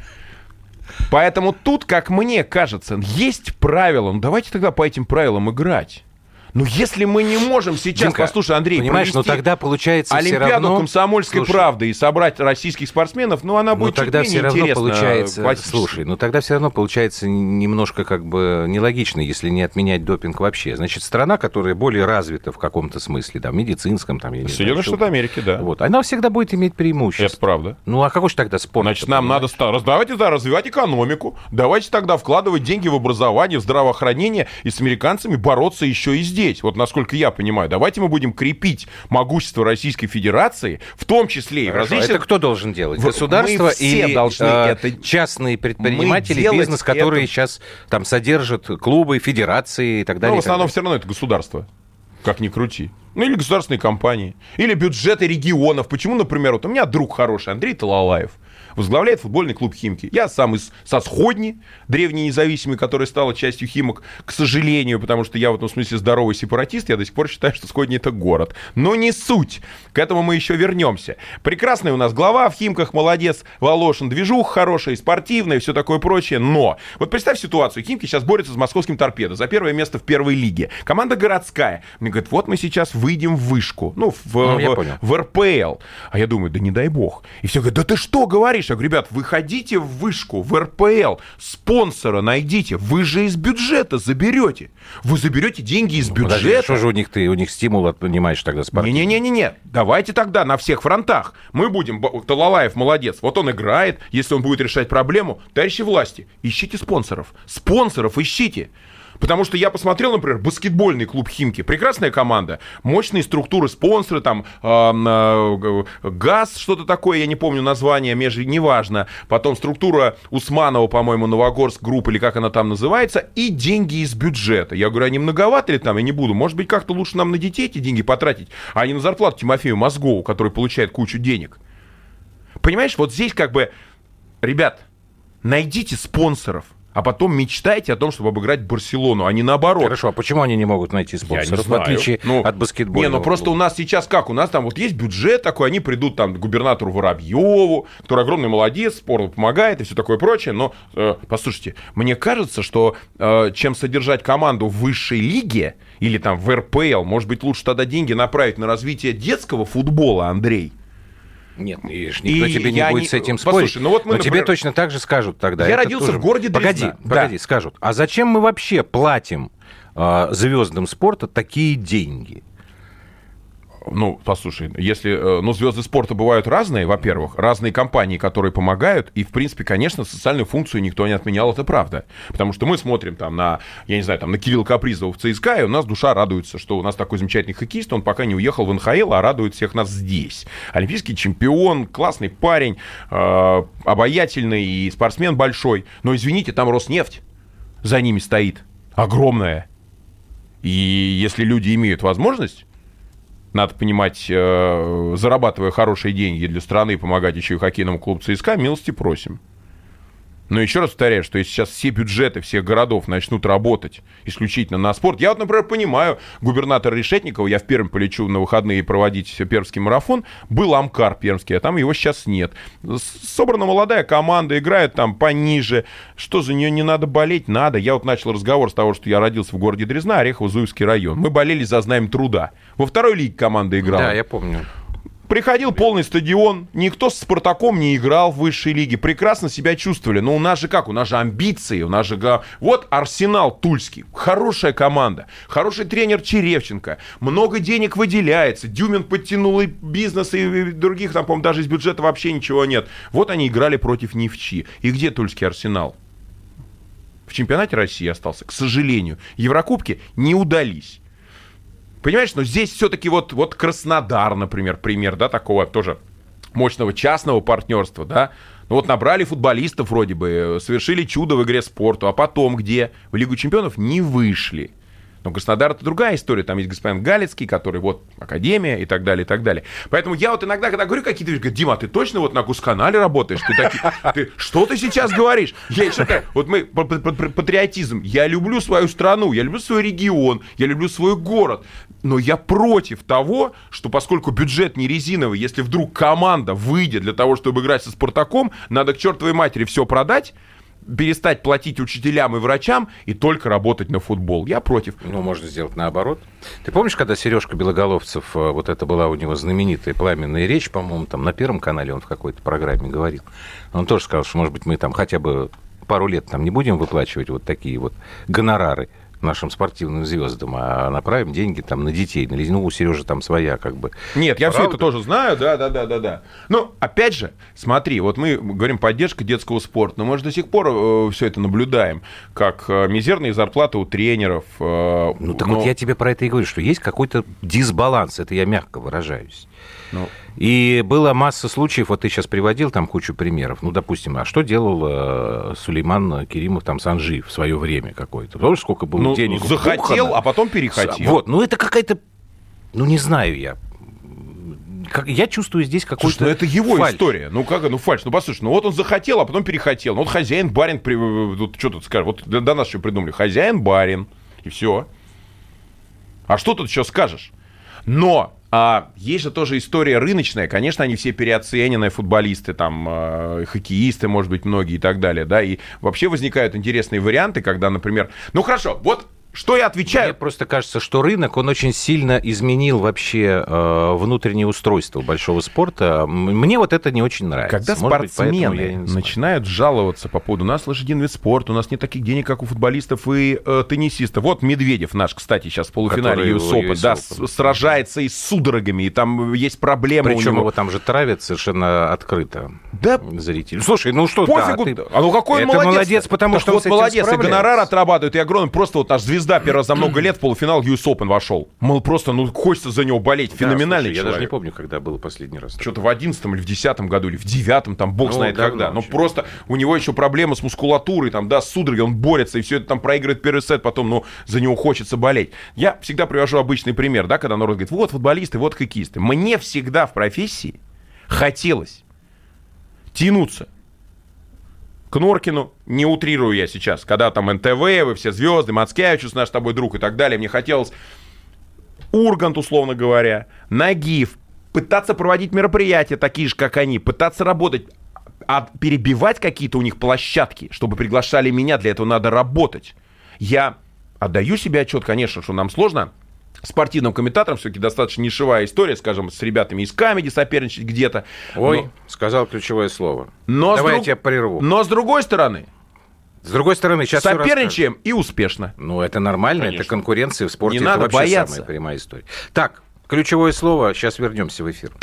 Поэтому тут, как мне кажется, есть правила. Ну, давайте тогда по этим правилам играть. Ну, если мы не можем сейчас, Димка, послушай, Андрей, понимаешь, но тогда получается Олимпиаду все равно... комсомольской слушай, правды и собрать российских спортсменов, ну, она будет чуть менее интересна. Но тогда все равно получается... Слушай, ну тогда все равно получается немножко как бы нелогично, если не отменять допинг вообще. Значит, страна, которая более развита в каком-то смысле, там, медицинском, там, я не Соединенные знаю... Штаты Америки, да. Вот, она всегда будет иметь преимущество. Это правда. Ну, а какой же тогда спорт? Значит, нам понимаешь? надо... Давайте да, развивать экономику, давайте тогда вкладывать деньги в образование, в здравоохранение и с американцами бороться еще и здесь. Вот насколько я понимаю. Давайте мы будем крепить могущество Российской Федерации, в том числе и в различных... Это кто должен делать? Государство или должны э, это... частные предприниматели, бизнес, которые это... сейчас там содержат клубы, федерации и так далее? Ну, в основном все равно это государство, как ни крути. Ну, или государственные компании, или бюджеты регионов. Почему, например, вот у меня друг хороший, Андрей Талалаев, возглавляет футбольный клуб «Химки». Я сам из со Сходни, древней независимой, которая стала частью «Химок», к сожалению, потому что я в этом смысле здоровый сепаратист, я до сих пор считаю, что Сходни — это город. Но не суть. К этому мы еще вернемся. Прекрасный у нас глава в «Химках», молодец, Волошин, движуха хорошая, спортивная, все такое прочее. Но вот представь ситуацию. «Химки» сейчас борются с московским «Торпедо» за первое место в первой лиге. Команда городская. Мне говорят, вот мы сейчас выйдем в вышку, ну, в, ну, в, в эр пэ эл. А я думаю, да не дай бог. И все говорят, да ты что говоришь? Я говорю, ребят, выходите в вышку, в эр пэ эл, спонсора найдите, вы же из бюджета заберете. Вы заберете деньги из бюджета. Подожди, что же у них ты, у них стимул, понимаешь, тогда спортивный? Не-не-не-не, давайте тогда на всех фронтах. Мы будем, Талалаев молодец, вот он играет, если он будет решать проблему, товарищи власти, ищите спонсоров. Спонсоров ищите. Потому что я посмотрел, например, баскетбольный клуб «Химки». Прекрасная команда. Мощные структуры, спонсоры, там, э, э, ГАЗ, что-то такое, я не помню название, между, неважно. Потом структура Усманова, по-моему, Новогорск групп, или как она там называется, и деньги из бюджета. Я говорю, а не многовато ли там? Я не буду. Может быть, как-то лучше нам на детей эти деньги потратить, а не на зарплату Тимофею Мозгову, который получает кучу денег. Понимаешь, вот здесь как бы, ребят, найдите спонсоров. А потом мечтайте о том, чтобы обыграть Барселону, а не наоборот. Хорошо, а почему они не могут найти спонсоров, в отличие ну, от баскетбола? Не, ну просто клуба. У нас сейчас как? У нас там вот есть бюджет такой, они придут там к губернатору Воробьеву, который огромный молодец, спорту помогает и все такое прочее. Но, э, послушайте, мне кажется, что э, чем содержать команду в высшей лиге или там в эр пэ эл, может быть, лучше тогда деньги направить на развитие детского футбола, Андрей. Нет, видишь, никто и тебе не будет не... с этим спорить. Послушай, ну вот мы, но например... тебе точно так же скажут тогда. Я родился тоже... в городе Дрезна. Погоди, да. погоди, скажут. А зачем мы вообще платим э, звездам спорта такие деньги? Ну, послушай, если... Ну, звезды спорта бывают разные, во-первых. Разные компании, которые помогают. И, в принципе, конечно, социальную функцию никто не отменял, это правда. Потому что мы смотрим там на, я не знаю, там на Кирилла Капризова в ЦСКА, и у нас душа радуется, что у нас такой замечательный хоккеист, он пока не уехал в эн ха эл, а радует всех нас здесь. Олимпийский чемпион, классный парень, э, обаятельный и спортсмен большой. Но, извините, там Роснефть за ними стоит. Огромная. И если люди имеют возможность, надо понимать, э, зарабатывая хорошие деньги для страны, помогать еще и хоккейному клубу ЦСКА, милости просим. Но еще раз повторяю, что если сейчас все бюджеты всех городов начнут работать исключительно на спорт... Я вот, например, понимаю губернатора Решетникова, я в Пермь полечу на выходные проводить пермский марафон, был Амкар пермский, а там его сейчас нет. Собрана молодая команда, играет там пониже. Что, за нее не надо болеть? Надо. Я вот начал разговор с того, что я родился в городе Дрезна, Орехово-Зуевский район. Мы болели за Знаем труда. Во второй лиге команда играла. Да, я помню. Приходил полный стадион, никто с «Спартаком» не играл в высшей лиге, прекрасно себя чувствовали. Но у нас же как? У нас же амбиции, у нас же... Вот «Арсенал» Тульский, хорошая команда, хороший тренер Черевченко, много денег выделяется, Дюмин подтянул и бизнес, и других, там, по-моему, даже из бюджета вообще ничего нет. Вот они играли против Невчи. И где Тульский «Арсенал»? В чемпионате России остался, к сожалению. Еврокубки не удались. Понимаешь, но здесь все-таки вот, вот Краснодар, например, пример, да, такого тоже мощного частного партнерства, да. Ну вот набрали футболистов вроде бы, совершили чудо в игре спорту, а потом где? В Лигу чемпионов не вышли. Но Краснодар — это другая история. Там есть господин Галицкий, который вот академия и так далее, и так далее. Поэтому я вот иногда, когда говорю какие-то вещи, говорю: Дима, ты точно вот на Госканале работаешь? Ты таки, ты, что ты сейчас говоришь? Я считаю, вот мы, патриотизм. Я люблю свою страну, я люблю свой регион, я люблю свой город. Но я против того, что поскольку бюджет не резиновый, если вдруг команда выйдет для того, чтобы играть со «Спартаком», надо к чертовой матери все продать, перестать платить учителям и врачам и только работать на футбол. Я против. Ну, можно сделать наоборот. Ты помнишь, когда Сережка Белоголовцев, вот это была у него знаменитая пламенная речь, по-моему, там на Первом канале он в какой-то программе говорил. Он тоже сказал, что, может быть, мы там хотя бы пару лет там не будем выплачивать вот такие вот гонорары нашим спортивным звездам, а направим деньги там на детей. На ну, у Сережи там своя как бы... Нет, я правда? Все это тоже знаю, да-да-да-да-да. Но, опять же, смотри, вот мы говорим поддержка детского спорта, но мы же до сих пор э, все это наблюдаем, как э, мизерные зарплаты у тренеров. Э, ну, так но... вот я тебе про это и говорю, что есть какой-то дисбаланс, это я мягко выражаюсь. Ну... И была масса случаев, вот ты сейчас приводил там кучу примеров. Ну, допустим, а что делал э, Сулейман Керимов там с Анжи в свое время какое-то? Помнишь, сколько было ну, денег? Захотел, вбухано? А потом перехотел. Вот, ну это какая-то, ну не знаю я. Как, я чувствую здесь какой-то Слушай, ну это его фальшь. История. Ну как, ну фальшь. Ну послушай, ну вот он захотел, а потом перехотел. Ну вот хозяин, барин, тут, что тут скажешь? Вот до нас еще придумали. Хозяин, барин. И все. А что тут еще скажешь? Но... А есть же тоже история рыночная. Конечно, они все переоцененные футболисты, там, э, хоккеисты, может быть, многие и так далее, да, и вообще возникают интересные варианты, когда, например... Ну, хорошо, вот... Что я отвечаю? Мне просто кажется, что рынок, он очень сильно изменил вообще э, внутреннее устройство большого спорта. Мне вот это не очень нравится. Когда Может спортсмены быть, начинают жаловаться по поводу, у нас лошадиный вид спорта, у нас нет таких денег, как у футболистов и э, теннисистов. Вот Медведев наш, кстати, сейчас в полуфинале ю эс Open, да, с, сражается и с судорогами, и там есть проблемы. Причем у него. его там же травят совершенно открыто. Да. Зрители. Слушай, ну что, пофигу. Да, ты... А ну какой это он молодец. молодец, потому так что вот он с этим молодец, справляется. И гонорар отрабатывает, и огромный, просто вот наш звезда первый раз за много лет в полуфинал ю эс Open вошел. Мол, просто, ну, хочется за него болеть. Феноменальный да, слушай, человек. Я даже не помню, когда был последний раз. Что-то в одиннадцатом или в десятом году, или в девятом, там, бог ну, знает когда. Но просто у него еще проблемы с мускулатурой, там, да, с судорогой, он борется, и все это там проигрывает первый сет, потом, ну, за него хочется болеть. Я всегда привожу обычный пример, да, когда народ говорит, вот футболисты, вот хоккеисты. Мне всегда в профессии хотелось тянуться к Норкину, не утрирую я сейчас, когда там эн тэ вэ, вы все звезды, Мацкевичус, наш с тобой друг и так далее, мне хотелось Ургант, условно говоря, Нагиев, пытаться проводить мероприятия такие же, как они, пытаться работать, а перебивать какие-то у них площадки, чтобы приглашали меня, для этого надо работать. Я отдаю себе отчет, конечно, что нам сложно. Спортивным комментатором все-таки достаточно нишевая история, скажем, с ребятами из Камеди соперничать где-то. Ой, но... сказал ключевое слово. Но Давай друг... я тебя прерву. Но с другой стороны... С другой стороны, сейчас соперничаем и успешно. Ну, это нормально, Конечно. Это конкуренция в спорте. Не это надо вообще бояться. Самая прямая история. Так, Ключевое слово. Сейчас вернемся в эфир.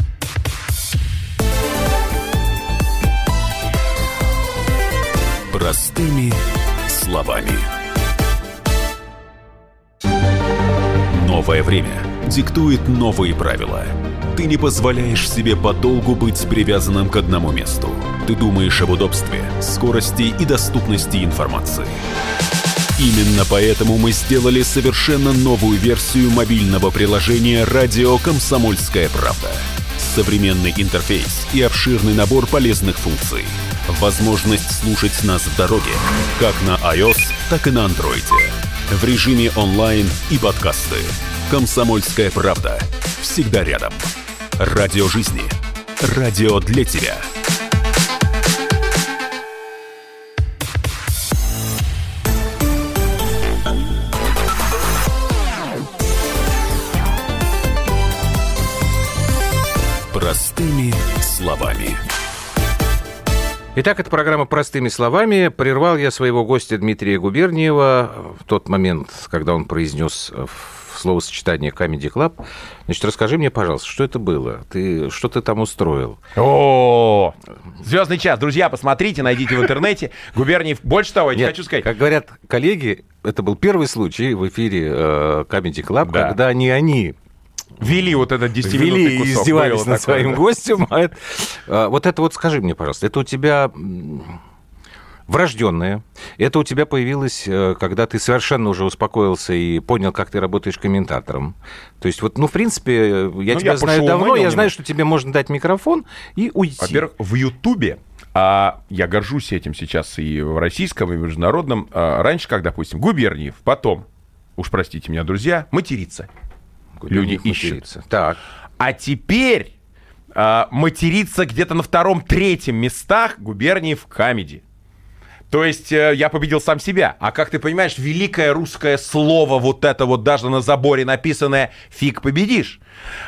Простыми словами. Новое время диктует новые правила. Ты не позволяешь себе подолгу быть привязанным к одному месту. Ты думаешь об удобстве, скорости и доступности информации. Именно поэтому мы сделали совершенно новую версию мобильного приложения «Радио Комсомольская правда». Современный интерфейс и обширный набор полезных функций. Возможность слушать нас в дороге, как на iOS, так и на Android. В режиме онлайн и подкасты. «Комсомольская правда». Всегда рядом. Радио жизни. Радио для тебя. Простыми словами. Итак, это программа «Простыми словами». Прервал я своего гостя Дмитрия Губерниева в тот момент, когда он произнес словосочетание Comedy Club. Значит, расскажи мне, пожалуйста, что это было? Ты, что ты там устроил? О, «Звездный час». Друзья, посмотрите, найдите в интернете. Губерниев. Больше того, я не хочу сказать. Как говорят коллеги, это был первый случай в эфире э, Comedy Club, да. когда не они... Вели вот этот десятиминутный Вели кусок. и издевались над такое, своим да. гостем. А это, а, вот это вот скажи мне, пожалуйста, это у тебя врожденное, это у тебя появилось, когда ты совершенно уже успокоился и понял, как ты работаешь комментатором. То есть вот, ну, в принципе, я ну, тебя я знаю давно, я знаю, что тебе можно дать микрофон и уйти. Во-первых, в Ютубе, а я горжусь этим сейчас и в российском, и в международном, а раньше, как, допустим, Губерниев, потом, уж простите меня, друзья, материться. Люди ищут. Так. А теперь э, материться где-то на втором-третьем местах Губерниев Comedy. То есть э, я победил сам себя. А как ты понимаешь, великое русское слово, вот это вот даже на заборе написанное, фиг победишь.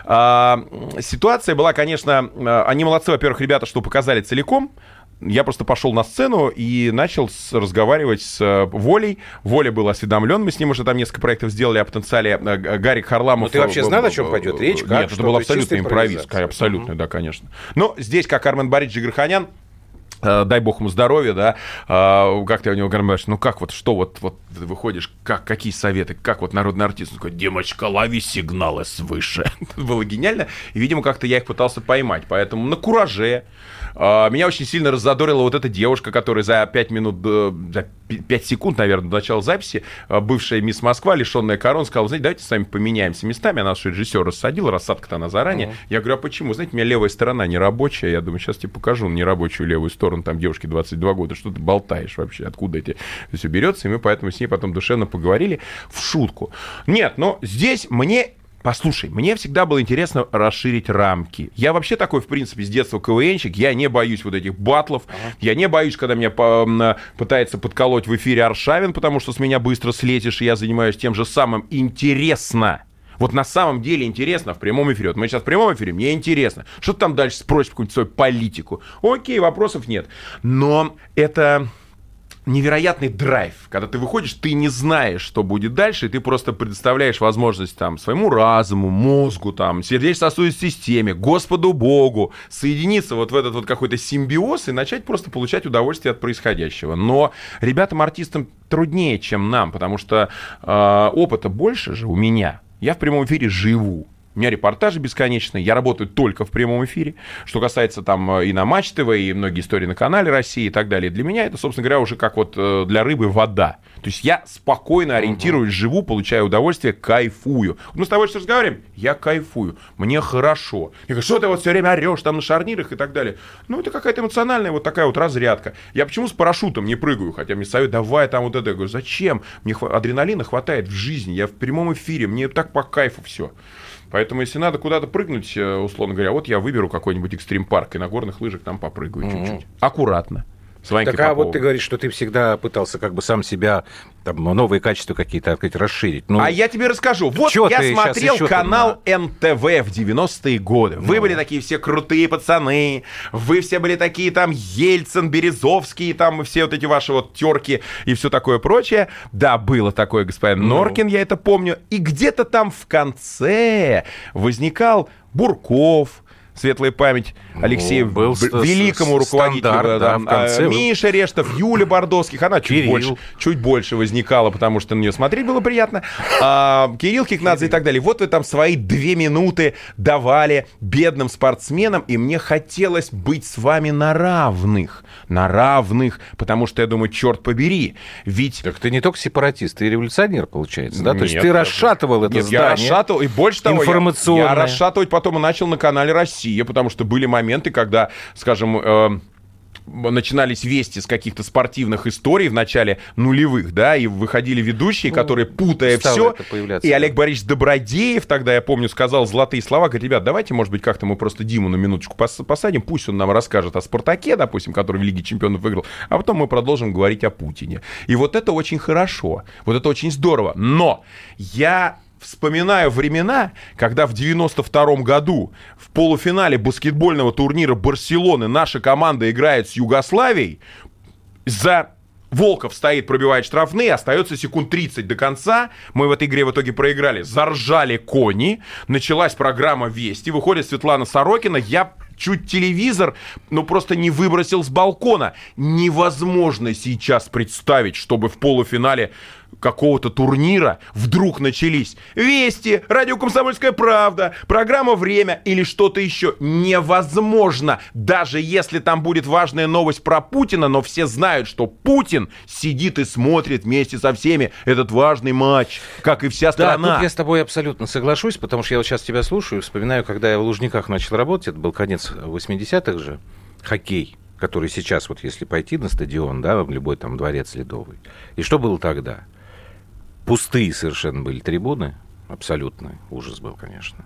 Э, ситуация была, конечно, э, они молодцы, во-первых, ребята, что показали целиком. Я просто пошел на сцену и начал с, разговаривать с Волей. Воля был осведомлен, мы с ним уже там несколько проектов сделали о потенциале. Гарик Харламов... Ну, ты вообще знал, о чем пойдет речь? Как, Нет, это был абсолютно импровиз. Абсолютно, uh-huh. да, конечно. Но здесь, как Армен Борисович Джигарханян, Uh, дай бог ему здоровья, да, uh, как ты у него говоришь, ну как вот, что вот, вот ты выходишь, как, какие советы, как вот народный артист, он такой, Димочка, лови сигналы свыше. Это было гениально, и, видимо, как-то я их пытался поймать, поэтому на кураже. Uh, меня очень сильно раззадорила вот эта девушка, которая за пять минут, за пять секунд, наверное, до начала записи, бывшая мисс Москва, лишенная корон, сказала, знаете, давайте с вами поменяемся местами, она что режиссер рассадила, рассадка-то она заранее. Uh-huh. Я говорю, а почему? Знаете, у меня левая сторона нерабочая, я думаю, сейчас тебе покажу нерабочую левую сторону. Там девушке двадцать два года, что ты болтаешь вообще, откуда эти все берется, и мы поэтому с ней потом душевно поговорили в шутку. Нет, но здесь мне, послушай, мне всегда было интересно расширить рамки. Я вообще такой, в принципе, с детства КВНщик, я не боюсь вот этих батлов, ага. я не боюсь, когда меня по, пытается подколоть в эфире Аршавин, потому что с меня быстро слезешь, и я занимаюсь тем же самым. Интересно. Вот на самом деле интересно в прямом эфире. Вот мы сейчас в прямом эфире, мне интересно. Что ты там дальше спросишь, какую-нибудь свою политику? Окей, вопросов нет. Но это невероятный драйв. Когда ты выходишь, ты не знаешь, что будет дальше, и ты просто предоставляешь возможность там своему разуму, мозгу, там, сердечно-сосудистой системе, Господу Богу соединиться вот в этот вот какой-то симбиоз и начать просто получать удовольствие от происходящего. Но ребятам-артистам труднее, чем нам, потому что э, опыта больше же у меня. Я в прямом эфире живу. У меня репортажи бесконечные, я работаю только в прямом эфире. Что касается там и на Матч ТВ, и многие истории на канале России и так далее. Для меня это, собственно говоря, уже как вот для рыбы вода. То есть я спокойно ориентируюсь, живу, получаю удовольствие, кайфую. Мы с тобой сейчас разговариваем, я кайфую, мне хорошо. Я говорю, что ты вот все время орешь там на шарнирах и так далее. Ну, это какая-то эмоциональная вот такая вот разрядка. Я почему с парашютом не прыгаю? Хотя мне советуют, давай там вот это. Я говорю, зачем? Мне адреналина хватает в жизни, я в прямом эфире, мне так по кайфу все. Поэтому, если надо куда-то прыгнуть, условно говоря, вот я выберу какой-нибудь экстрим-парк и на горных лыжах там попрыгаю mm-hmm. чуть-чуть. Аккуратно. с Ванькой Так, а Поповым. вот ты говоришь, что ты всегда пытался как бы сам себя, там, новые качества какие-то открыть, расширить. Ну, а я тебе расскажу. Вот чё я ты смотрел канал на... эн тэ вэ в девяностые годы. Вы Ну. были такие все крутые пацаны, вы все были такие там Ельцин, Березовский, там все вот эти ваши вот терки и все такое прочее. Да, было такое, господин Ну. Норкин, я это помню. И где-то там в конце возникал Бурков, светлая память Алексею, был б- великому руководителю, стандарт, да, там, в конце. а, Миша Рештов, Юля Бордовских, она чуть Кирилл. больше, чуть больше возникала, потому что на нее смотреть было приятно. А, Кирилл Кикнадзе и так далее. Вот вы там свои две минуты давали бедным спортсменам, и мне хотелось быть с вами на равных. На равных, потому что я думаю, черт побери, ведь... Так ты не только сепаратист, ты и революционер, получается, да? То есть Нет, ты это- расшатывал это Нет, здание. я расшатывал, и больше того, я, информационное. я расшатывать потом и начал на канале «Россия», потому что были моменты, когда, скажем, э, начинались вести с каких-то спортивных историй в начале нулевых, да, и выходили ведущие, Ну, которые, путая стало все, это появляться, и да. Олег Борисович Добродеев тогда, я помню, сказал золотые слова, говорит, ребят, давайте, может быть, как-то мы просто Диму на минуточку пос- посадим, пусть он нам расскажет о «Спартаке», допустим, который в Лиге чемпионов выиграл, а потом мы продолжим говорить о Путине. И вот это очень хорошо, вот это очень здорово, но я... вспоминаю времена, когда в девяносто втором году в полуфинале баскетбольного турнира Барселоны наша команда играет с Югославией, за... Волков стоит, пробивает штрафные, остается секунд тридцать до конца. Мы в этой игре в итоге проиграли. Заржали кони. Началась программа «Вести». Выходит Светлана Сорокина. Я чуть телевизор, ну, просто не выбросил с балкона. Невозможно сейчас представить, чтобы в полуфинале какого-то турнира вдруг начались «Вести», «Радио Комсомольская правда», программа «Время» или что-то еще. Невозможно, даже если там будет важная новость про Путина, но все знают, что Путин сидит и смотрит вместе со всеми этот важный матч, как и вся Да, страна. тут я с тобой абсолютно соглашусь, потому что я вот сейчас тебя слушаю, вспоминаю, когда я в Лужниках начал работать, это был конец восьмидесятых же, хоккей, который сейчас, вот если пойти на стадион, да, в любой там дворец Ледовый, и что было тогда? Пустые совершенно были трибуны, абсолютно ужас был, конечно.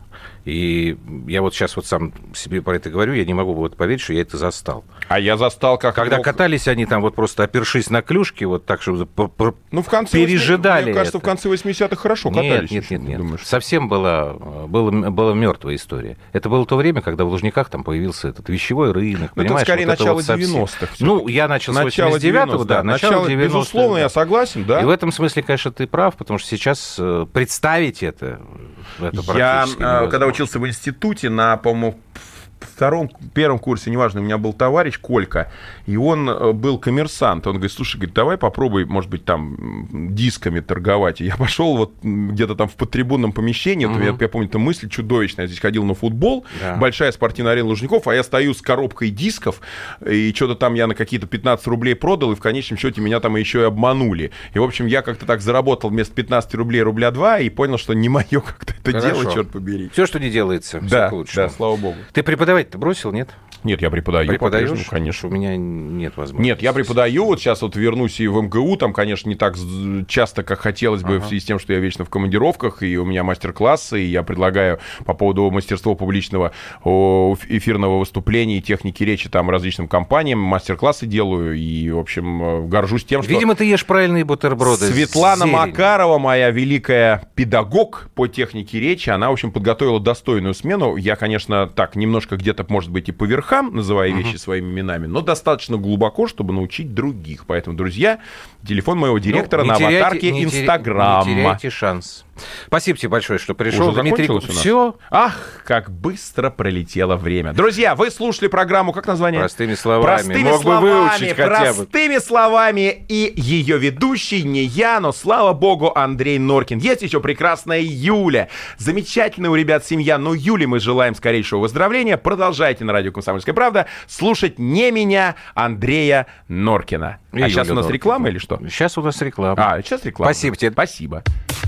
И я вот сейчас вот сам себе про это говорю, я не могу вот поверить, что я это застал. А я застал, как... Когда мог... катались они там вот просто опершись на клюшки, вот так, чтобы ну, в конце пережидали. Мне кажется, это. в конце восьмидесятых хорошо Нет, катались. нет, нет, нет. Думаешь? Совсем была, была, была мертвая история. Это было то время, когда в Лужниках там появился этот вещевой рынок. Ну, это понимаешь? скорее вот это начало вот совсем... девяностых. Ну, я начал начало с восемьдесят девятого, да, да, начало девяностых. Безусловно, да. я согласен, да. И в этом смысле, конечно, ты прав, потому что сейчас э, представить это, это Я, практически э, невозможно. когда учился в институте, на, по-моему, втором, первом курсе, неважно, у меня был товарищ Колька, и он э, был коммерсант. Он говорит, слушай, говорит, давай попробуй, может быть, там м, дисками торговать. И я пошел вот м, где-то там в подтрибунном помещении, Мгм. я, я помню, это мысль чудовищная. Я здесь ходил на футбол, Да. большая спортивная арена Лужников, а я стою с коробкой дисков, и что-то там я на какие-то пятнадцать рублей продал, и в конечном счете меня там еще и обманули. И, в общем, я как-то так заработал вместо пятнадцати рублей рубля два, и понял, что не мое как-то это Хорошо. дело, черт побери. Все, что не делается, все Да, к лучшему. да, слава богу. Ты преподавать-то бросил, нет? Нет, я преподаю, Преподаешь? по-прежнему, конечно. У меня нет возможности. Нет, я преподаю, вот сейчас вот вернусь и в эм гэ у, там, конечно, не так з- часто, как хотелось бы, Ага. в связи с тем, что я вечно в командировках, и у меня мастер-классы, и я предлагаю по поводу мастерства публичного о, эфирного выступления и техники речи там различным компаниям, мастер-классы делаю, и, в общем, э, горжусь тем, что... Видимо, ты ешь правильные бутерброды. с Светлана зеленью. Макарова, моя великая педагог по технике речи, она, в общем, подготовила достойную смену. Я, конечно, так, немножко где-то, может быть, и по верхам, называя вещи своими именами, но достаточно глубоко, чтобы научить других. Поэтому, друзья, телефон моего директора Ну, на не теряйте- аватарке не теря- Инстаграма. Не теряйте шанс. Спасибо тебе большое, что пришел. Уже Дмитрий. закончилось у нас? Все. Ах, как быстро пролетело время. Друзья, вы слушали программу, как название? Простыми словами. Простыми Мог бы словами, выучить хотя бы. простыми словами. И ее ведущий не я, но, слава богу, Андрей Норкин. Есть еще прекрасная Юля. Замечательная у ребят семья. Но Юле мы желаем скорейшего выздоровления. Продолжайте на радио «Комсомольская правда» слушать не меня, Андрея Норкина. И а сейчас Юлю у нас Норкину. реклама или что? Сейчас у нас реклама. А, сейчас реклама. Спасибо тебе. Спасибо.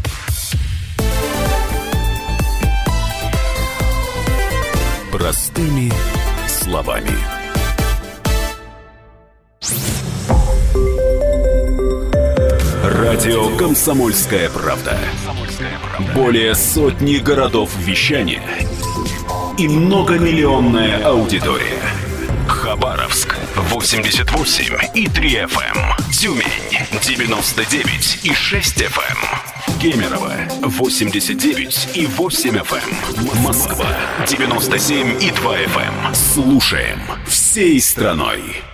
Простыми словами. Радио «Комсомольская правда». Более сотни городов вещания и многомиллионная аудитория. Хабаровск восемьдесят восемь и три эф эм. Тюмень девяносто девять и шесть эф эм. Кемерово восемьдесят девять и восемь эф эм. Москва девяносто семь и два эф эм. Слушаем всей страной.